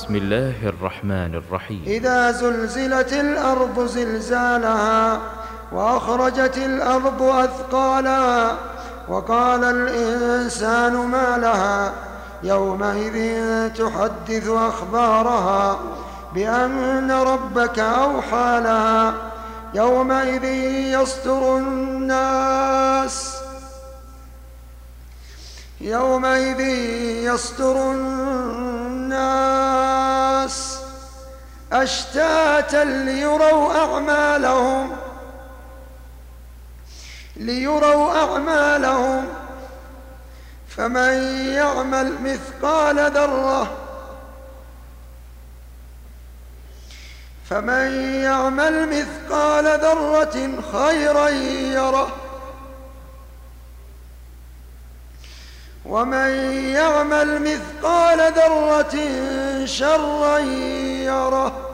بسم الله الرحمن الرحيم. إذا زلزلت الأرض زلزالها وأخرجت الأرض أثقالها وقال الإنسان ما لها يومئذ تحدث أخبارها بأن ربك أوحى لها يومئذ يصدر الناس أشتاتا ليروا أعمالهم فمن يعمل مثقال ذرة خيرا يره ومن يعمل مثقال ذرة شرا يره.